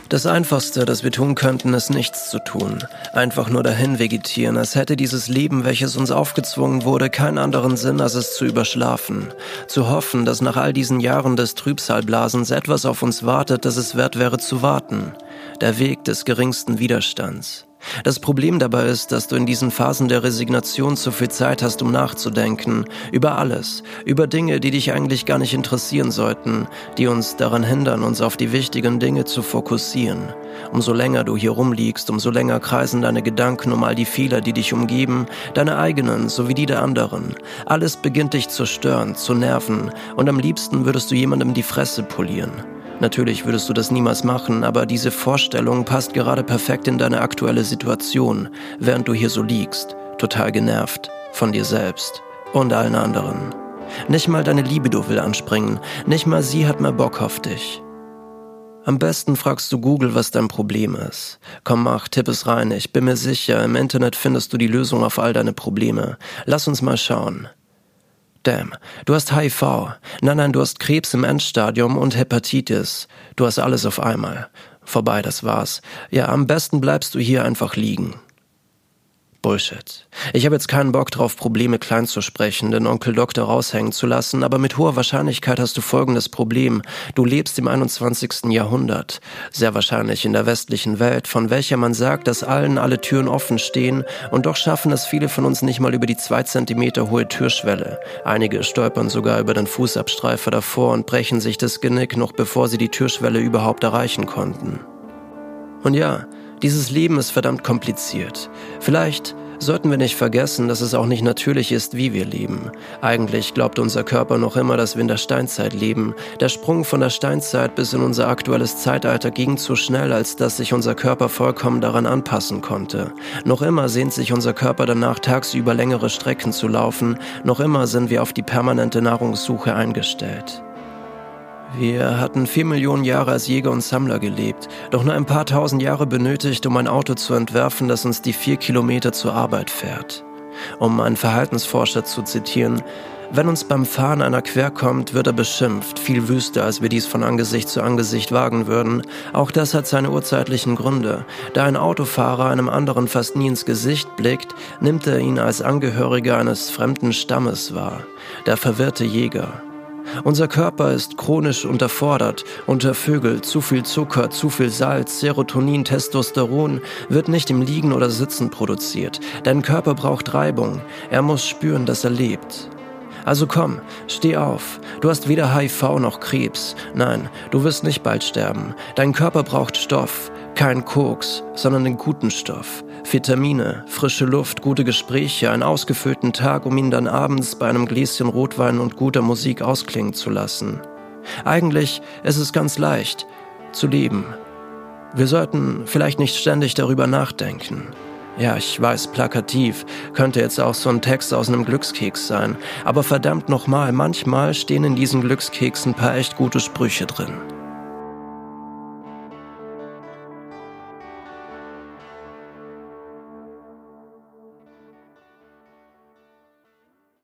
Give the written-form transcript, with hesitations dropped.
Das Einfachste, das wir tun könnten, ist nichts zu tun. Einfach nur dahin vegetieren, als hätte dieses Leben, welches uns aufgezwungen wurde, keinen anderen Sinn, als es zu überschlafen. Zu hoffen, dass nach all diesen Jahren des Trübsalblasens etwas auf uns wartet, das es wert wäre zu warten. Der Weg des geringsten Widerstands. Das Problem dabei ist, dass du in diesen Phasen der Resignation zu viel Zeit hast, um nachzudenken. Über alles. Über Dinge, die dich eigentlich gar nicht interessieren sollten. Die uns daran hindern, uns auf die wichtigen Dinge zu fokussieren. Umso länger du hier rumliegst, umso länger kreisen deine Gedanken um all die Fehler, die dich umgeben. Deine eigenen, sowie die der anderen. Alles beginnt dich zu stören, zu nerven. Und am liebsten würdest du jemandem die Fresse polieren. Natürlich würdest du das niemals machen, aber diese Vorstellung passt gerade perfekt in deine aktuelle Situation, während du hier so liegst, total genervt von dir selbst und allen anderen. Nicht mal deine Libido will anspringen, nicht mal sie hat mehr Bock auf dich. Am besten fragst du Google, was dein Problem ist. Komm, tipp es rein, ich bin mir sicher, im Internet findest du die Lösung auf all deine Probleme. Lass uns mal schauen. Damn, du hast HIV. Nein, du hast Krebs im Endstadium und Hepatitis. Du hast alles auf einmal. Vorbei, das war's. Ja, am besten bleibst du hier einfach liegen. Bullshit. Ich habe jetzt keinen Bock drauf, Probleme klein zu sprechen, den Onkel Doktor raushängen zu lassen, aber mit hoher Wahrscheinlichkeit hast du folgendes Problem. Du lebst im 21. Jahrhundert. Sehr wahrscheinlich in der westlichen Welt, von welcher man sagt, dass allen alle Türen offen stehen, und doch schaffen es viele von uns nicht mal über die 2 Zentimeter hohe Türschwelle. Einige stolpern sogar über den Fußabstreifer davor und brechen sich das Genick, noch bevor sie die Türschwelle überhaupt erreichen konnten. Und ja, dieses Leben ist verdammt kompliziert. Vielleicht sollten wir nicht vergessen, dass es auch nicht natürlich ist, wie wir leben. Eigentlich glaubt unser Körper noch immer, dass wir in der Steinzeit leben. Der Sprung von der Steinzeit bis in unser aktuelles Zeitalter ging zu schnell, als dass sich unser Körper vollkommen daran anpassen konnte. Noch immer sehnt sich unser Körper danach, tagsüber längere Strecken zu laufen. Noch immer sind wir auf die permanente Nahrungssuche eingestellt. Wir hatten 4 Millionen Jahre als Jäger und Sammler gelebt, doch nur ein paar tausend Jahre benötigt, um ein Auto zu entwerfen, das uns die 4 Kilometer zur Arbeit fährt. Um einen Verhaltensforscher zu zitieren: Wenn uns beim Fahren einer querkommt, wird er beschimpft, viel wüster, als wir dies von Angesicht zu Angesicht wagen würden. Auch das hat seine urzeitlichen Gründe. Da ein Autofahrer einem anderen fast nie ins Gesicht blickt, nimmt er ihn als Angehöriger eines fremden Stammes wahr. Der verwirrte Jäger. Unser Körper ist chronisch unterfordert, untervögelt, zu viel Zucker, zu viel Salz, Serotonin, Testosteron wird nicht im Liegen oder Sitzen produziert. Dein Körper braucht Reibung, er muss spüren, dass er lebt. Also komm, steh auf. Du hast weder HIV noch Krebs. Nein, du wirst nicht bald sterben. Dein Körper braucht Stoff, kein Koks, sondern den guten Stoff. Vitamine, frische Luft, gute Gespräche, einen ausgefüllten Tag, um ihn dann abends bei einem Gläschen Rotwein und guter Musik ausklingen zu lassen. Eigentlich ist es ganz leicht, zu leben. Wir sollten vielleicht nicht ständig darüber nachdenken. Ja, ich weiß, plakativ, könnte jetzt auch so ein Text aus einem Glückskeks sein, aber verdammt nochmal, manchmal stehen in diesen Glückskeksen ein paar echt gute Sprüche drin.